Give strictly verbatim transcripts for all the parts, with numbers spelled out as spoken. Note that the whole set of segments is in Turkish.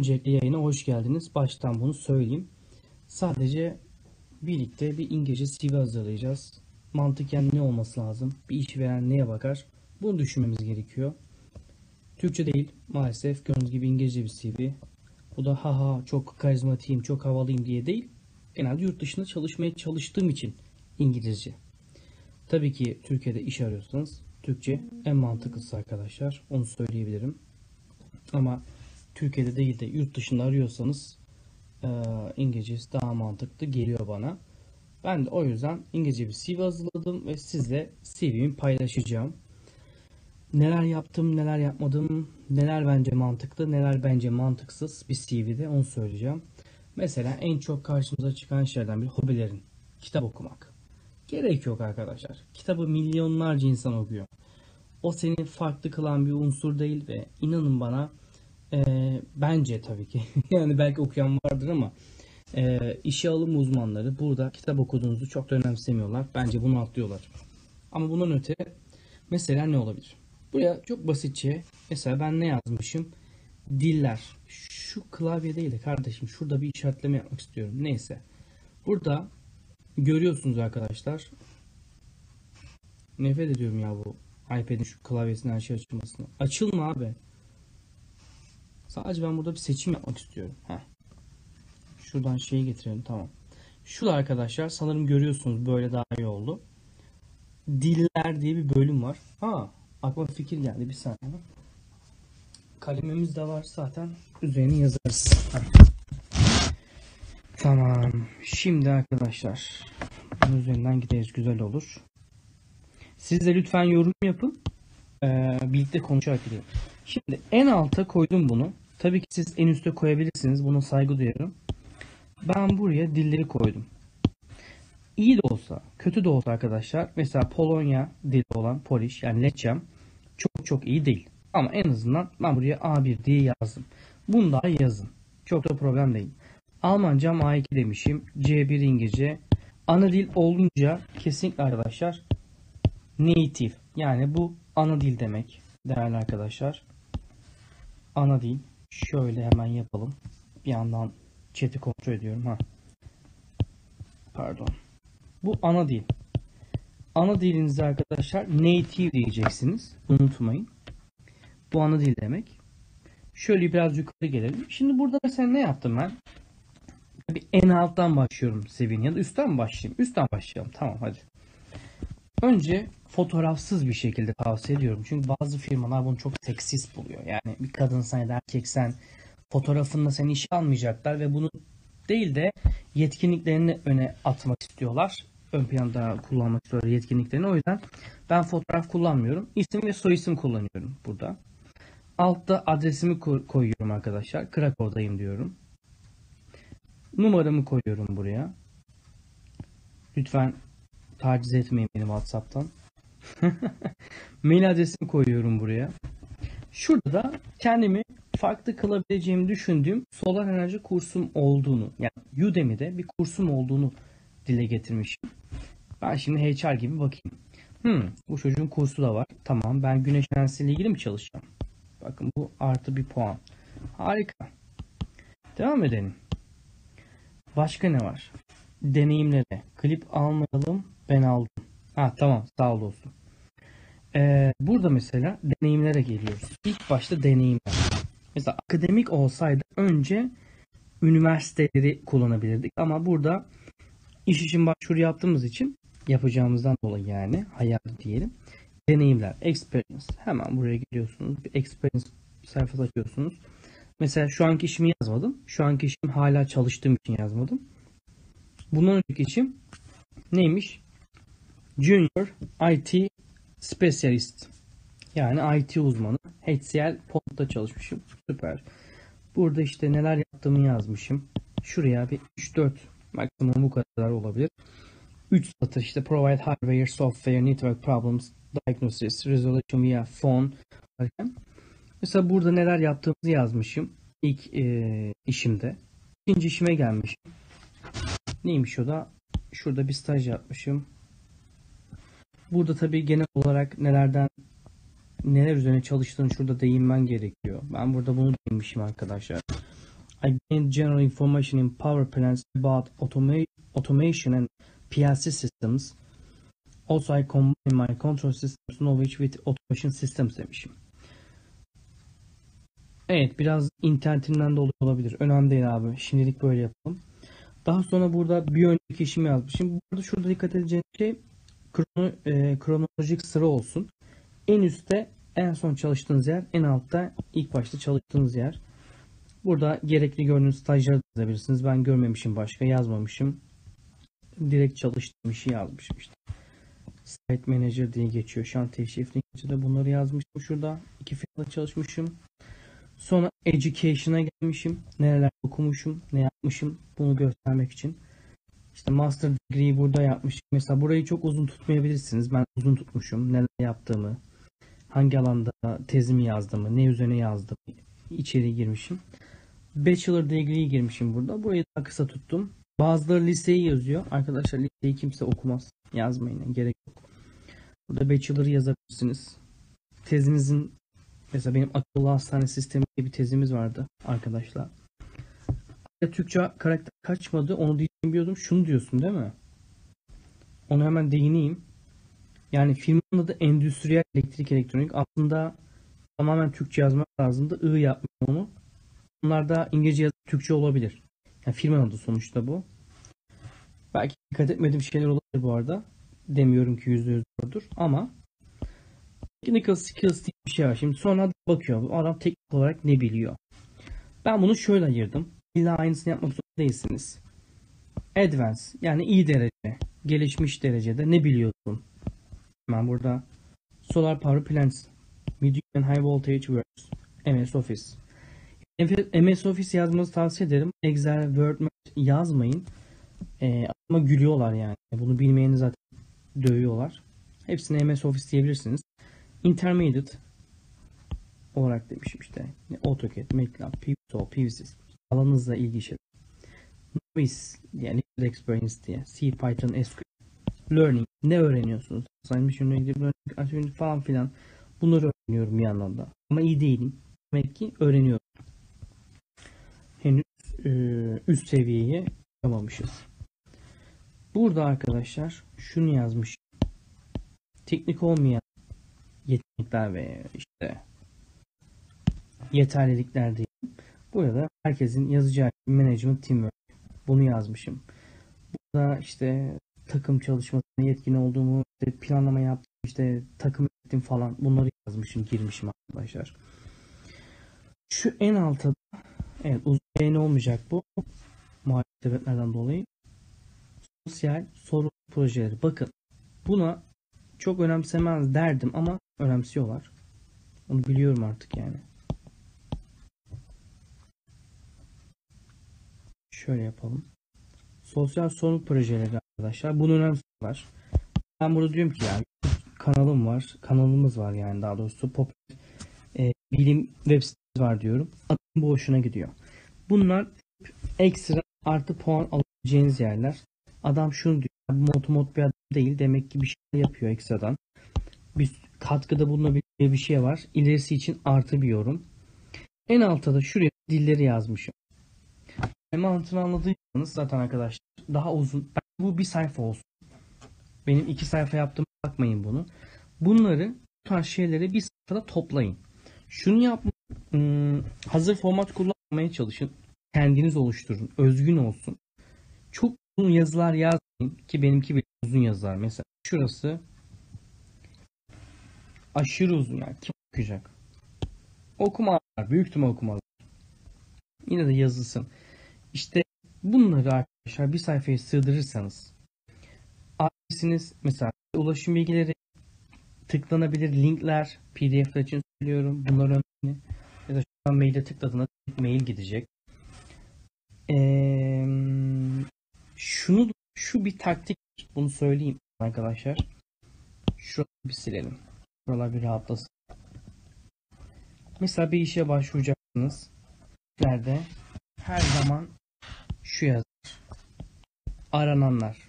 Öncelikle yayına hoş geldiniz. Baştan bunu söyleyeyim. Sadece birlikte bir İngilizce C V hazırlayacağız. Mantıken ne olması lazım? Bir işveren neye bakar? Bunu düşünmemiz gerekiyor. Türkçe değil maalesef. Gördüğünüz gibi İngilizce bir C V. Bu da haha çok karizmatiyim, çok havalıyım diye değil. Genelde yurt dışında çalışmaya çalıştığım için İngilizce. Tabii ki Türkiye'de iş arıyorsanız Türkçe en mantıklısı arkadaşlar. Onu söyleyebilirim. Ama Türkiye'de değil de yurt dışında arıyorsanız e, İngilizcesi daha mantıklı geliyor bana. Ben de o yüzden İngilizce bir C V hazırladım ve sizle C V'mi paylaşacağım. Neler yaptım, neler yapmadım, neler bence mantıklı, neler bence mantıksız bir C V'de onu söyleyeceğim. Mesela en çok karşımıza çıkan şeylerden biri hobilerin. Kitap okumak. Gerek yok arkadaşlar. Kitabı milyonlarca insan okuyor. O seni farklı kılan bir unsur değil ve inanın bana e, bence tabii ki yani belki okuyan vardır ama e, işe alım uzmanları burada kitap okuduğunuzu çok da önemsemiyorlar. Bence bunu atlıyorlar. Ama bundan öte mesela ne olabilir? Buraya çok basitçe mesela ben ne yazmışım? Diller. Şu klavye değil de kardeşim şurada bir işaretleme yapmak istiyorum. Neyse. Burada görüyorsunuz arkadaşlar. Nefret ediyorum ya bu iPad'in şu klavyesinin her şey açılmasına. Açılma abi. Sadece ben burada bir seçim yapmak istiyorum. Heh. Şuradan şeyi getirelim, tamam. Şurada arkadaşlar sanırım görüyorsunuz, böyle daha iyi oldu. Diller diye bir bölüm var. Ha, aklıma fikir geldi, bir saniye. Kalemimiz de var zaten, üzerine yazarız. Heh. Tamam. Şimdi arkadaşlar bunun üzerinden gideriz, güzel olur. Siz de lütfen yorum yapın. Ee, birlikte konuşarak gidelim. Şimdi en alta koydum bunu. Tabii ki siz en üste koyabilirsiniz. Buna saygı duyarım. Ben buraya dilleri koydum. İyi de olsa, kötü de olsa arkadaşlar. Mesela Polonya dili olan Polish yani Leçem çok çok iyi değil. Ama en azından ben buraya A bir diye yazdım. Bunu da yazın. Çok da problem değil. Almancam A iki demişim. C bir İngilizce. Ana dil olunca kesinlikle arkadaşlar native. Yani bu ana dil demek değerli arkadaşlar. Ana dil. Şöyle hemen yapalım. Bir yandan chat'i kontrol ediyorum. Ha. Pardon. Bu ana dil. Ana dilinizi arkadaşlar native diyeceksiniz. Unutmayın. Bu ana dil demek. Şöyle biraz yukarı gelelim. Şimdi burada mesela ne yaptım ben? Bir en alttan başlıyorum seviyenin ya da üstten mi başlayayım? Üstten başlayalım. Tamam hadi. Önce fotoğrafsız bir şekilde tavsiye ediyorum. Çünkü bazı firmalar bunu çok seksist buluyor. Yani bir kadınsan ya da erkeksen fotoğrafında seni işe almayacaklar ve bunu değil de yetkinliklerini öne atmak istiyorlar. Ön planda kullanmak istiyorlar yetkinliklerini. O yüzden ben fotoğraf kullanmıyorum. İsim ve soyisim kullanıyorum burada. Altta adresimi koyuyorum arkadaşlar. Krakow'dayım diyorum. Numaramı koyuyorum buraya. Lütfen taciz etmeyin beni WhatsApp'tan. Mail adresimi koyuyorum buraya. Şurada da kendimi farklı kılabileceğimi düşündüğüm solar enerji kursum olduğunu, yani Udemy'de bir kursum olduğunu dile getirmişim. Ben şimdi H R gibi bakayım. Hmm, bu çocuğun kursu da var. Tamam, ben güneş enerjisiyle ilgili mi çalışacağım? Bakın bu artı bir puan. Harika. Devam edelim. Başka ne var? Deneyimlere. Klip almayalım. Ben aldım. Ha tamam, sağ ol dostum. Ee, burada mesela deneyimlere geliyoruz. İlk başta deneyimler. Mesela akademik olsaydı önce üniversiteleri kullanabilirdik. Ama burada iş için başvuru yaptığımız için yapacağımızdan dolayı yani hayal diyelim. Deneyimler, experience. Hemen buraya geliyorsunuz. Bir experience sayfası açıyorsunuz. Mesela şu anki işimi yazmadım. Şu anki işim hala çalıştığım için yazmadım. Bundan önceki işim neymiş? Junior I T Specialist. Yani I T uzmanı. H C L Pont'ta çalışmışım. Süper. Burada işte neler yaptığımı yazmışım. Şuraya bir üç dört, maksimum bu kadar olabilir. üç satır işte provide hardware, software, network problems, diagnosis, resolution via phone. Mesela burada neler yaptığımızı yazmışım. İlk e, işimde. İkinci işime gelmişim. Neymiş o da? Şurada bir staj yapmışım. Burada tabii genel olarak nelerden neler üzerine çalıştığını şurada değinmen gerekiyor. Ben burada bunu değinmişim arkadaşlar. I gained general information in power plants about automa automation and P L C systems. Also I combine my control systems knowledge with automation systems demişim. Evet, biraz internetimden de olabilir. Önemli değil abi. Şimdilik böyle yapalım. Daha sonra burada bir önceki işimi yazmışım. Burada şurada dikkat edeceğiniz şey krono, e, kronolojik sıra olsun. En üstte en son çalıştığınız yer, en altta ilk başta çalıştığınız yer. Burada gerekli gördüğünüz stajları yazabilirsiniz. Ben görmemişim, başka yazmamışım. Direkt çalıştığım işi yazmışım işte. Site Manager diye geçiyor. Şantiye Shifting'de bunları yazmışım şurada. İki firmada çalışmışım. Sonra Education'a gelmişim. Nereler okumuşum, ne yapmışım bunu göstermek için. İşte Master Degree'yi burada yapmışım. Mesela burayı çok uzun tutmayabilirsiniz. Ben uzun tutmuşum. Neler yaptığımı, hangi alanda tezimi yazdığımı, ne üzerine yazdığımı, içeri girmişim. Bachelor Degree'yi girmişim burada. Burayı daha kısa tuttum. Bazıları liseyi yazıyor. Arkadaşlar liseyi kimse okumaz. Yazmayın. Yani gerek yok. Burada Bachelor'ı yazabilirsiniz. Tezinizin mesela benim akıllı hastane sistemi diye bir tezimiz vardı arkadaşlar. Ya Türkçe karakter kaçmadı. Onu diyeceğimi biliyordum. Şunu diyorsun değil mi? Onu hemen değineyim. Yani firmanın adı Endüstriyel Elektrik Elektronik. Aslında tamamen Türkçe yazmak lazımdı. I yapmış onu. Bunlar da İngilizce yazıp Türkçe olabilir. Yani firmanın adı sonuçta bu. Belki dikkat etmediğim şeyler olabilir bu arada. Demiyorum ki yüzde yüz doğrudur ama technical skills diye bir şey var. Şimdi sonra bakıyor. Bu adam teknik olarak ne biliyor? Ben bunu şöyle ayırdım. İlla aynısını yapmak zorunda değilsiniz. Advanced yani iyi derece, gelişmiş derecede ne biliyorsun? Ben burada Solar Power Plants, Medium and High Voltage Works, M S Office. M S Office yazmanızı tavsiye ederim. Excel, Word yazmayın. Ee, ama gülüyorlar yani. Bunu bilmeyeni zaten dövüyorlar. Hepsine M S Office diyebilirsiniz. Intermediate olarak demişim işte. AutoCAD, MATLAB, Pivotal, P V C alanınızla ilgili şeyler. Novice yani Experience diye. C, Python, S Q L. Learning. Ne öğreniyorsunuz? Saymışım learning falan filan. Bunları öğreniyorum bir yandan da. Ama iyi değilim. Demek ki öğreniyorum. Henüz e, üst seviyeye çıkamamışız. Burada arkadaşlar şunu yazmış. Teknik olmayan yetenekler ve işte yeterlilikler değil. Burada herkesin yazacağı management teamwork. Bunu yazmışım. Burada işte takım çalışmasına yetkin olduğumu, işte planlama yaptım, işte takım ettim falan. Bunları yazmışım, girmişim arkadaşlar. Şu en altta da, evet uzun yayın olmayacak bu. Muhalif sebeplerden dolayı. Sosyal sorun projeleri. Bakın buna çok önemsemez derdim ama önemsiyorlar. Onu biliyorum artık yani. Şöyle yapalım. Sosyal sorumluluk projeleri arkadaşlar. Bunu önemsiyorlar. Ben burada diyorum ki yani kanalım var. Kanalımız var yani daha doğrusu. Pop e, bilim web sitesi var diyorum. Adım bu hoşuna gidiyor. Bunlar ekstra artı puan alabileceğiniz yerler. Adam şunu diyor. Bu motomot bir adam değil. Demek ki bir şey yapıyor ekstradan. Bir katkıda bulunabileceği bir şey var. İlerisi için artı bir yorum. En altta da şuraya dilleri yazmışım. Mantığını anladıysanız zaten arkadaşlar daha uzun. Bu bir sayfa olsun. Benim iki sayfa yaptığıma bakmayın bunu. Bunları bu tarz şeyleri bir sayfada toplayın. Şunu yapın. Hazır format kullanmaya çalışın. Kendiniz oluşturun. Özgün olsun. Çok uzun yazılar yazmayın ki benimki bir uzun yazılar. Mesela şurası aşırı uzun yani. Kim okuyacak? Okumalar. Büyük ihtimal okumalar. Yine de yazılsın. İşte bunları arkadaşlar bir sayfaya sığdırırsanız adresiniz mesela ulaşım bilgileri, tıklanabilir linkler, P D F'ler için söylüyorum. Bunlar önemli. Ya da şu an mail'e tıkladığında mail gidecek. Ee, şunu şu bir taktik, bunu söyleyeyim arkadaşlar. Şurayı bir silelim. Buralar bir rahatlasın. Mesela bir işe başvuracaksınız. Nerede? Her zaman şu yazar. Arananlar.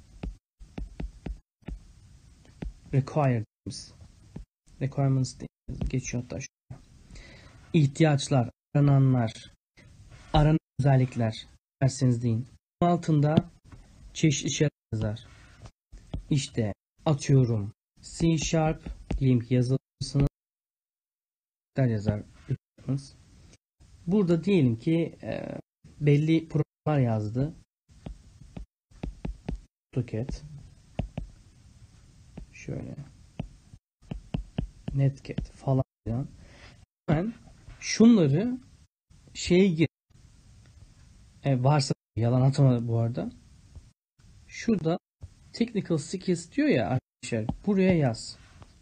Requirements. Requirements diye geçiyor hatta şuraya. İhtiyaçlar, arananlar. aranan özellikler derseniz deyin. Bunun altında çeşitli şeyler yazar. İşte atıyorum C Sharp diyelim ki yazılımcısınız yazar. Burada diyelim ki e, belli programlar yazdı. AutoCAD. Şöyle. Netcat falan filan. Hemen şunları şeye gir. E, varsa yalan atma bu arada. Şurada technical skills diyor ya arkadaşlar. Buraya yaz.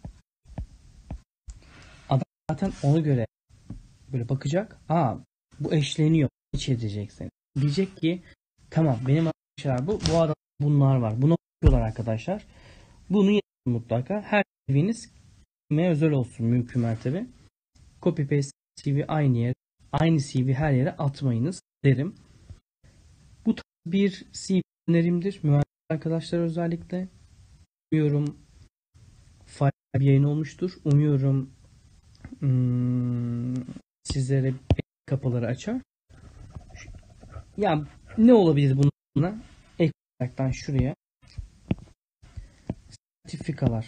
Adam zaten ona göre böyle bakacak. Aa bu eşleniyor. Hiç edecek seni. Diyecek ki tamam benim arkadaşlar bu. Bu adam bunlar var. Bunu yapıyorlar arkadaşlar. Bunu yapın mutlaka. Her C V'niz özel olsun mümkün mertebe. Copy paste C V aynı yere, aynı C V her yere atmayınız derim. Bu tarz bir C V önerimdir. Mühendis arkadaşlar özellikle. Umuyorum faydalı bir yayın olmuştur. Umuyorum hmm, sizlere kapıları açar. Ya ne olabilir bununla? Ek olaraktan şuraya sertifikalar.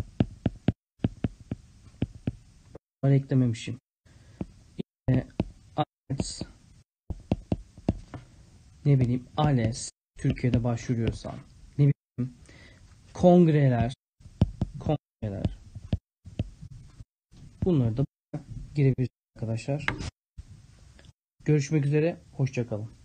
Bunları eklememişim. İşte ALES, ne bileyim ALES Türkiye'de başvuruyorsan, ne bileyim kongreler, kongreler. Bunları da girebilirsiniz arkadaşlar. Görüşmek üzere. Hoşça kalın.